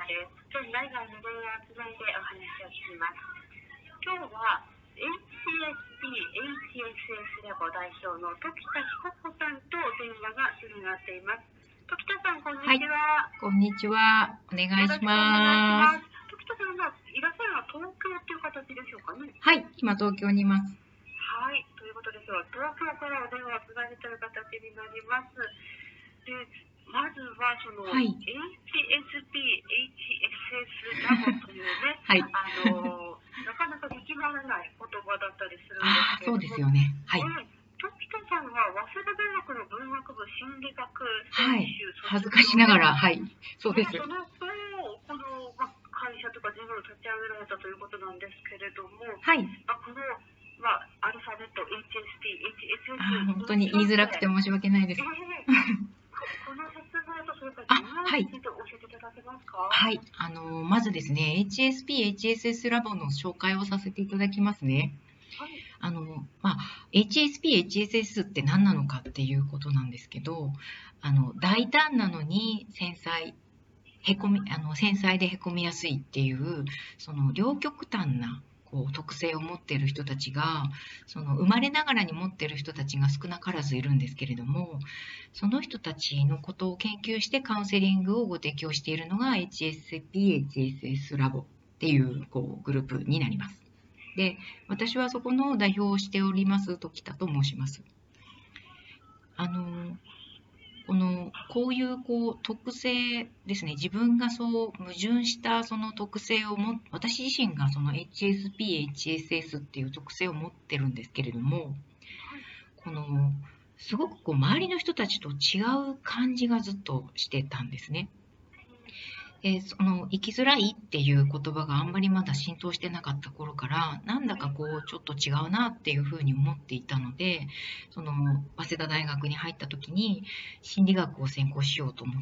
です。現在外の電話つないでお話を聞きます。今日は HSP-HSS ラボ代表の時田久子さんと電話がつながっています。時田さん、こんにちは。 こんにちは。お願いします。 時田さんはいらっしゃるのは東京という形でしょうかね。 はい、今東京にいます。 はい、ということで今日は東京からお電話をつなげている形になります。でまずはその、 はい、 HSP、HSS ラボというね、 はい、 なかなか聞き慣れない言葉だったりするんですけれども、 そうですよね。はい。 時田さんは早稲田大学の文学部心理学はい、 専修恥ずかしながら、はい、そうです。 その後、この会社とか事業を立ち上げられたということなんですけれども、 はい。 このアルファベット HSP、HSS 本当に言いづらくて申し訳ないです。 この説明とそれから理由について教えていただけますか？ はい、まずですね、HSP-HSS ラボの紹介をさせていただきますね。HSP-HSS って何なのかっていうことなんですけど、大胆なのに繊細でへこみやすいっていう、その両極端な特性を持っている人たちが、その生まれながらに持っている人たちが少なからずいるんですけれども、その人たちのことを研究してカウンセリングをご提供しているのが HSP-HSS ラボっていうグループになります。で、私はそこの代表をしております時田と申します。こういう特性ですね、自分がそう矛盾したその特性を私自身がその HSP、HSS っていう特性を持ってるんですけれども、すごく周りの人たちと違う感じがずっとしてたんですね。その生きづらいっていう言葉があんまりまだ浸透してなかった頃から、なんだかちょっと違うなっていうふうに思っていたので、その早稲田大学に入った時に心理学を専攻しようと思って、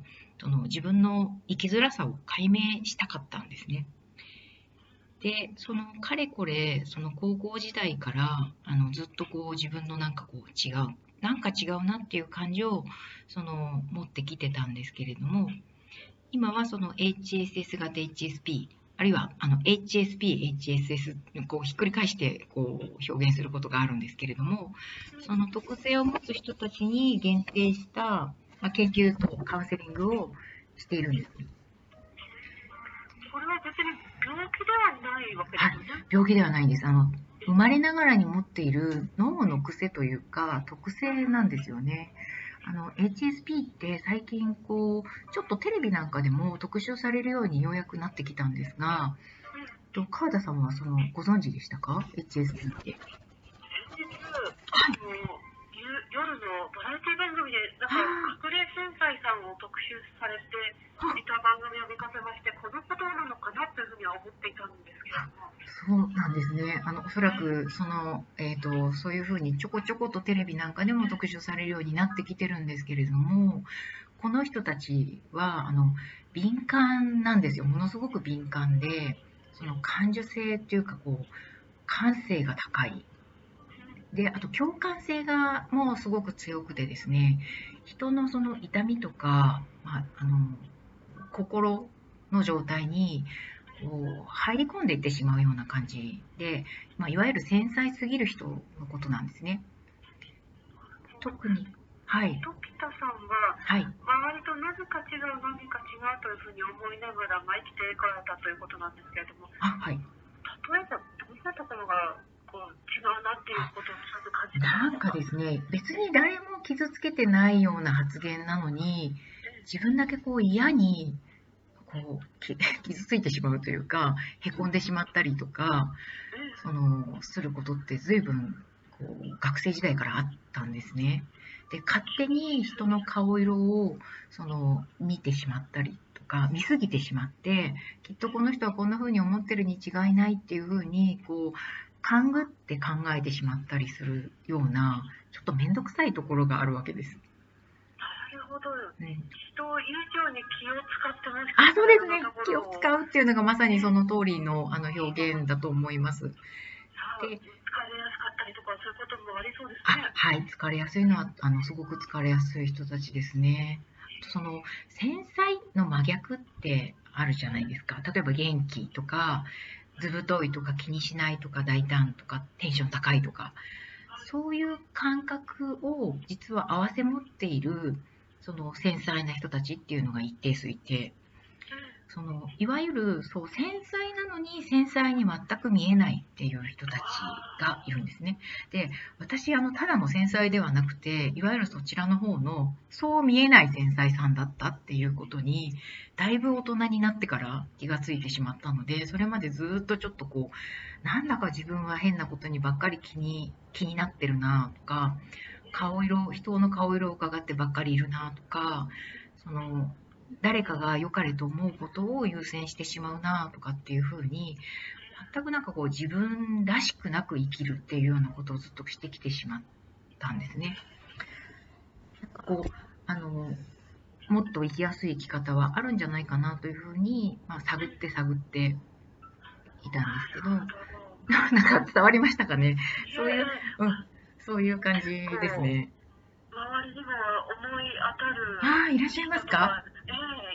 自分の生きづらさを解明したかったんですね。で、かれこれその高校時代からずっと自分のなんか違うなっていう感じを持ってきてたんですけれども、今はその HSS 型 HSP、あるいはHSP、HSS ひっくり返して表現することがあるんですけれども、その特性を持つ人たちに限定した研究とカウンセリングをしているんです。 これは別に病気ではないわけですね。 病気ではないんです。生まれながらに持っている脳の癖というか特性なんですよね。HSP って最近ちょっとテレビなんかでも特集されるようにようやくなってきたんですが、川田さんはご存知でしたか？ HSP って。 夜のバラエティ番組で隠れ繊細さんを特集されていた番組を見かけまして、このことなのかなというふうには思っていたんですけれども。 そうなんですね。おそらくそういうふうにちょこちょことテレビなんかでも特集されるようになってきてるんですけれども、この人たちは敏感なんですよ。ものすごく敏感で、その感受性っていうか感性が高い。で、あと共感性がもうすごく強くてですね、人のその痛みとか、心の状態に入り込んでいってしまうような感じで、いわゆる繊細すぎる人のことなんですね。特に、はい。 時田さんは、周りと何か違うというふうに思いながら生きていかれたということなんですけれども、例えばどんなところが違うなっていうことをちゃんと感じてますか？ なんかですね、別に誰も傷つけてないような発言なのに、自分だけ嫌に傷ついてしまうというか、へこんでしまったりとかすることって随分学生時代からあったんですね。で、勝手に人の顔色を見てしまったりとか、見すぎてしまって、きっとこの人はこんな風に思ってるに違いないっていう風に勘ぐって考えてしまったりするような、ちょっと面倒くさいところがあるわけです。 なるほど。人以上に気を使ってますか？そうですね。気を使うっていうのがまさにその通りの表現だと思います。 で、疲れやすかったりとかそういうこともありそうですね。 はい、疲れやすいのはすごく疲れやすい人たちですね。繊細の真逆ってあるじゃないですか。例えば元気とか、図太いとか、気にしないとか、大胆とか、テンション高いとか、そういう感覚を実は合わせ持っている、その繊細な人たちっていうのが一定数いて、いわゆる繊細なのに繊細に全く見えないっていう人たちがいるんですね。で、私ただの繊細ではなくて、いわゆるそちらの方のそう見えない繊細さんだったっていうことにだいぶ大人になってから気がついてしまったので、それまでずっとちょっとなんだか自分は変なことにばっかり気になってるなとか、人の顔色を伺ってばっかりいるなとか、誰かが良かれと思うことを優先してしまうなとかっていうふうに、全く自分らしくなく生きるっていうようなことをずっとしてきてしまったんですね。もっと生きやすい生き方はあるんじゃないかなというふうに、探っていたんですけど、なんか伝わりましたかね。そういう感じですね。 周りにも思い当たる。 いらっしゃいますか？ い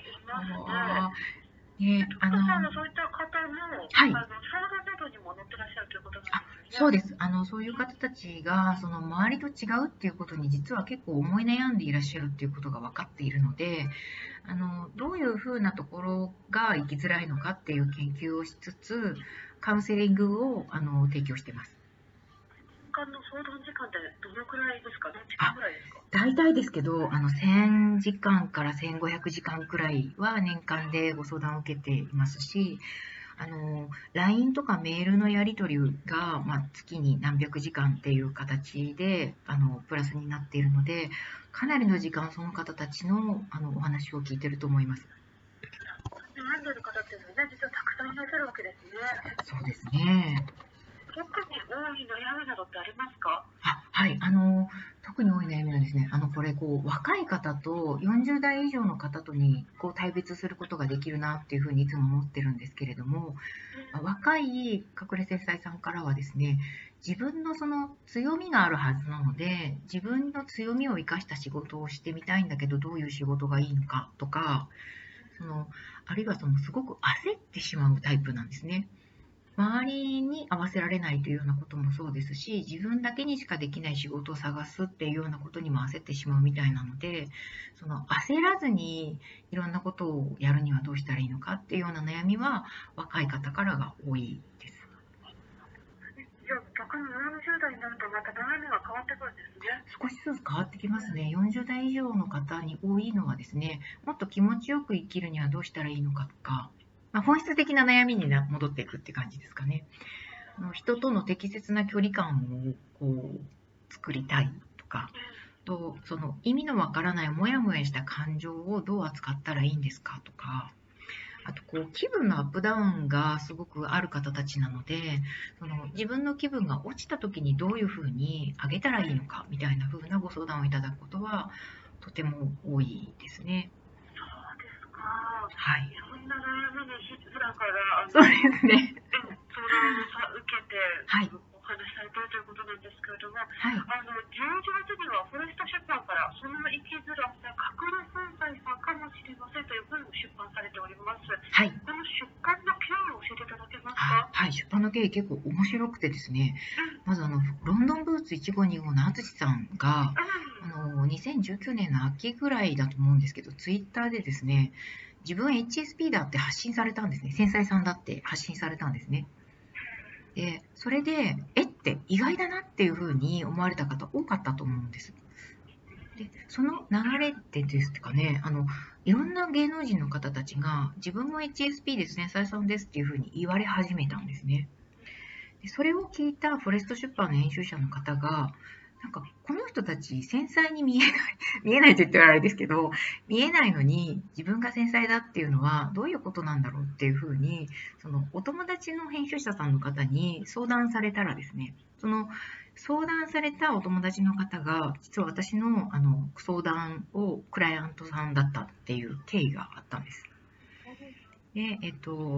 ますね。そういった方も、相談などにも乗ってらっしゃるということなんですね。 そうです。そういう方たちが、周りと違うっていうことに実は結構思い悩んでいらっしゃるっていうことが分かっているので、どういうふうなところが生きづらいのかっていう研究をしつつ、カウンセリングを提供しています。 相談時間ってどのくらいですか？何時間くらいですか？ 大体ですけど、1000時間から1500時間くらいは年間でご相談を受けていますし、LINE とかメールのやり取りが、月に何百時間っていう形でプラスになっているので、かなりの時間その方たちのお話を聞いていると思います。 悩んでいる方っていうのはね、実はたくさんいらっしゃるわけですね。 そうですね。 特に多い悩みなどってありますか？ はい、特に多い悩みはですね、これ若い方と40代以上の方とに対別することができるなっていうふうにいつも思ってるんですけれども、若い隠れ繊細さんからはですね、自分のその強みがあるはずなので、自分の強みを生かした仕事をしてみたいんだけど、どういう仕事がいいのかとか、あるいはすごく焦ってしまうタイプなんですね。周りに合わせられないというようなこともそうですし、自分だけにしかできない仕事を探すっていうようなことにも焦ってしまうみたいなので、焦らずにいろんなことをやるにはどうしたらいいのかっていうような悩みは若い方からが多いです。 じゃあ逆に40代になるとまた悩みが変わってくるんですね。 少しずつ変わってきますね。40代以上の方に多いのはですね、もっと気持ちよく生きるにはどうしたらいいのかとか、本質的な悩みに戻っていくって感じですかね。人との適切な距離感を作りたいとか、意味のわからないモヤモヤした感情をどう扱ったらいいんですかとか、あと気分のアップダウンがすごくある方たちなので、自分の気分が落ちた時にどういうふうに上げたらいいのかみたいな風なご相談をいただくことはとても多いですね。 そうですか。 はい。 そんな悩みに普段からそうですね。 相談を受けて、 はい、 お話しされているということなんですけれども、 はい、 11月にはフォレスト出版からその生きづらさ隠れ繊細さかもしれませんという本を出版されております。 はい。 この出版の経緯を教えていただけますか？ はい、出版の経緯結構面白くてですね、まずロンドンブーツ1525の淳さんが、2019年の秋ぐらいだと思うんですけど、ツイッターでですね、自分 HSP だって発信されたんですね。繊細さんだって発信されたんですね。で、それで、って意外だなっていうふうに思われた方多かったと思うんです。で、その流れでですかね、いろんな芸能人の方たちが、自分も HSP です、繊細さんですっていうふうに言われ始めたんですね。で、それを聞いたフォレスト出版の編集者の方が、なんかこの人たち繊細に見えない見えないと言ってはあれですけど、見えないのに自分が繊細だっていうのはどういうことなんだろうっていうふうに、お友達の編集者さんの方に相談されたらですね、相談されたお友達の方が実は私の相談をクライアントさんだったっていう経緯があったんです。で、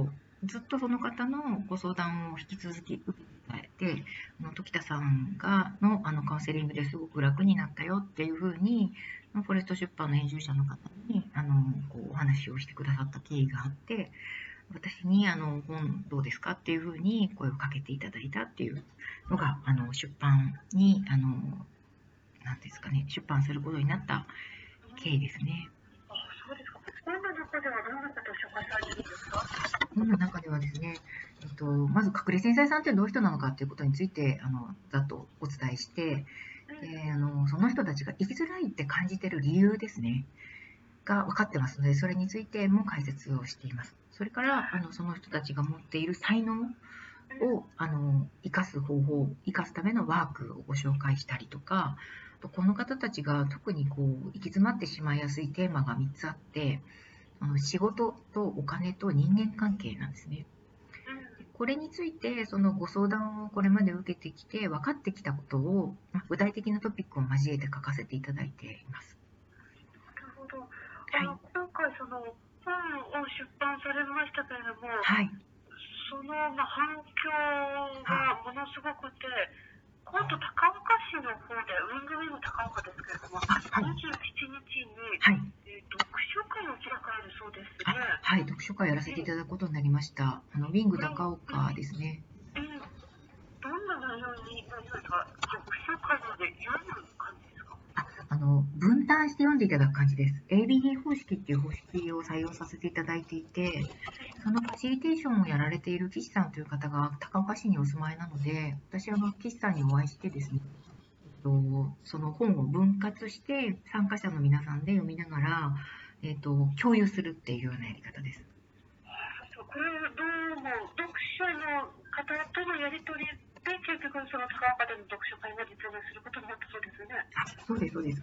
ずっとその方のご相談を引き続き受けて、時田さんのカウンセリングですごく楽になったよっていうふうに、フォレスト出版の編集者の方にお話をしてくださった経緯があって、私に本どうですかっていうふうに声をかけていただいたっていうのが出版になんですかね、出版することになった経緯ですね。 そうですか。本の中ではどんなことを紹介されているんですか？ 本の中ではですね、まず隠れ繊細さんってどういう人なのかということについてざっとお伝えして、その人たちが生きづらいって感じている理由ですねが分かってますので、それについても解説をしています。それからその人たちが持っている才能を生かす方法、生かすためのワークをご紹介したりとか、この方たちが特に行き詰まってしまいやすいテーマが3つあって、仕事とお金と人間関係なんですね。これについてそのご相談をこれまで受けてきて分かってきたことを具体的なトピックを交えて書かせていただいています。 なるほど。今回その本を出版されましたけれども、 はい、 その反響がものすごくて、今度高岡市の方でウィングウィング高岡ですけれども、27日に、読書会を開かれるそうですね。 はい、読書会やらせていただくことになりました。ウィング高岡ですね。 どんな内容になりますか？読書会で読む感じですか？ 分担して読んでいただく感じです。ABD 方式っていう方式を採用させていただいていて、そのファシリテーションをやられている岸さんという方が高岡市にお住まいなので、私は岸さんにお会いしてですね、その本を分割して参加者の皆さんで読みながら、共有するっていうようなやり方です。 これどうも読書の方とのやり取りで結局その高岡での読書会が実現することになったそうですね。 そうです、そうです。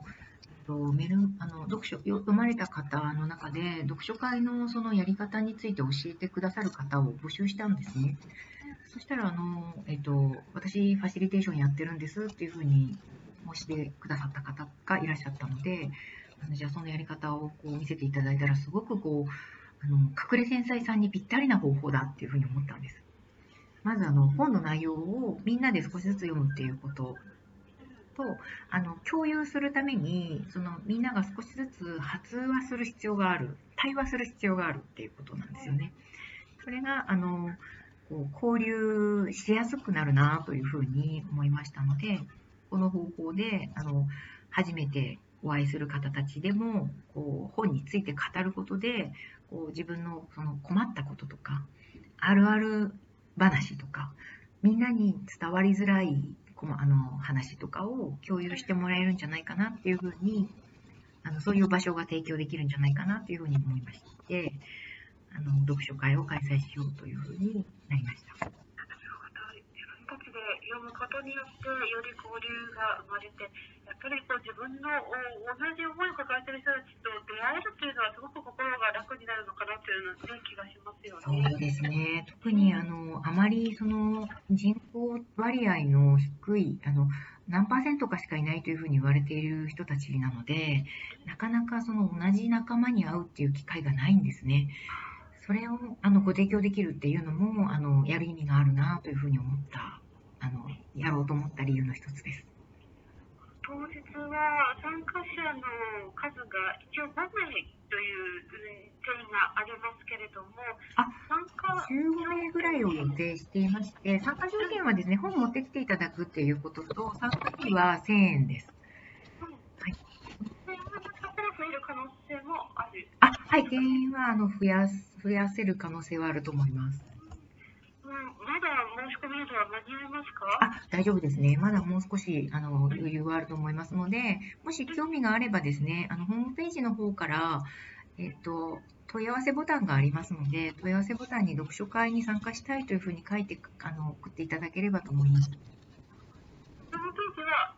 読書読まれた方の中で読書会のそのやり方について教えてくださる方を募集したんですね。そしたら私ファシリテーションやってるんですっていうふうに申してくださった方がいらっしゃったので、じゃあそのやり方を見せていただいたらすごく隠れ繊細さんにぴったりな方法だっていうふうに思ったんです。まず本の内容をみんなで少しずつ読むっていうことと、共有するためにみんなが少しずつ発話する必要がある、対話する必要があるっていうことなんですよね。それが交流しやすくなるなというふうに思いましたので、この方法で初めてお会いする方たちでも本について語ることで自分のその困ったこととかあるある話とかみんなに伝わりづらい話とかを共有してもらえるんじゃないかなっていうふうにそういう場所が提供できるんじゃないかなというふうに思いまして、読書会を開催しようというふうになりました。 自分たちで読むことによってより交流が生まれて、やっぱり自分の同じ思いを抱えている人たちと出会えるというのはすごく心が楽になるのかなというような、気がしますよね。 そうですね。特にあまりその人口割合の低い何%かしかいないというふうに言われている人たちなので、なかなかその同じ仲間に会うっていう機会がないんですね。それをご提供できるっていうのもやる意味があるなというふうに思ったやろうと思った理由の一つです。 当日は参加者の数が一応5名という定義がありますけれども、 15名ぐらいを予定していまして、参加条件はですね、本を持ってきていただくっていうことと、参加費は1000円です。はい、定員は増やせる可能性はあると思います。 まだ申し込みなどは間に合いますか？ 大丈夫ですね。まだもう少し余裕があると思いますので、もし興味があればですね、ホームページの方から、問い合わせボタンがありますので、問い合わせボタンに読書会に参加したいというふうに書いて送っていただければと思います。 ホームページは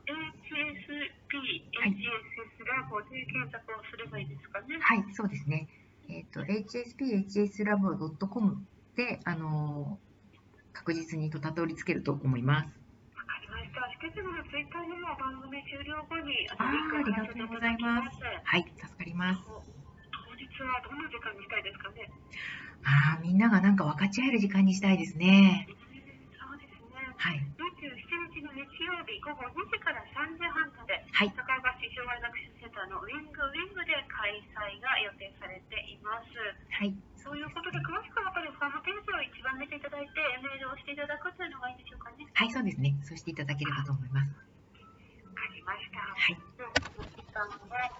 HSP、HSS ラボで検索をすればいいですかね。 はい、そうですね。hsp-hslab.com で確実にたどり着けると思います。 わかりました。引き続きツイッターでも番組終了後にありがとうございます。はい、助かります。 当日日はどんな時間にしたいですかね。 みんながなんか分かち合える時間にしたいですね。 そうですね。 はい。 27日の日曜日午後2時から3時半まで、 はい、 高岡市障害学習センターのウィングで開催が予定されています。 はい。 そういうことで、詳しくはやっぱりホームページを一番見ていただいて、メールをしていただくというのがいいでしょうかね。 はい、そうですね。そうしていただければと思います。 わかりました。 はい。 時間は、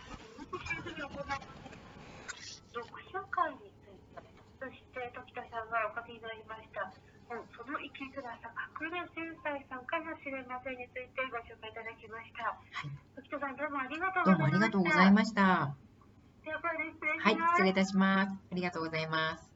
読書会について、そして時田さんがお書きになりました本、その生きづらさ隠れ繊細さんかもしれませんについてご紹介いただきました。はい、時田さん、どうもありがとうございました。どうもありがとうございました。ではこれで失礼します。はい、失礼いたします。ありがとうございます。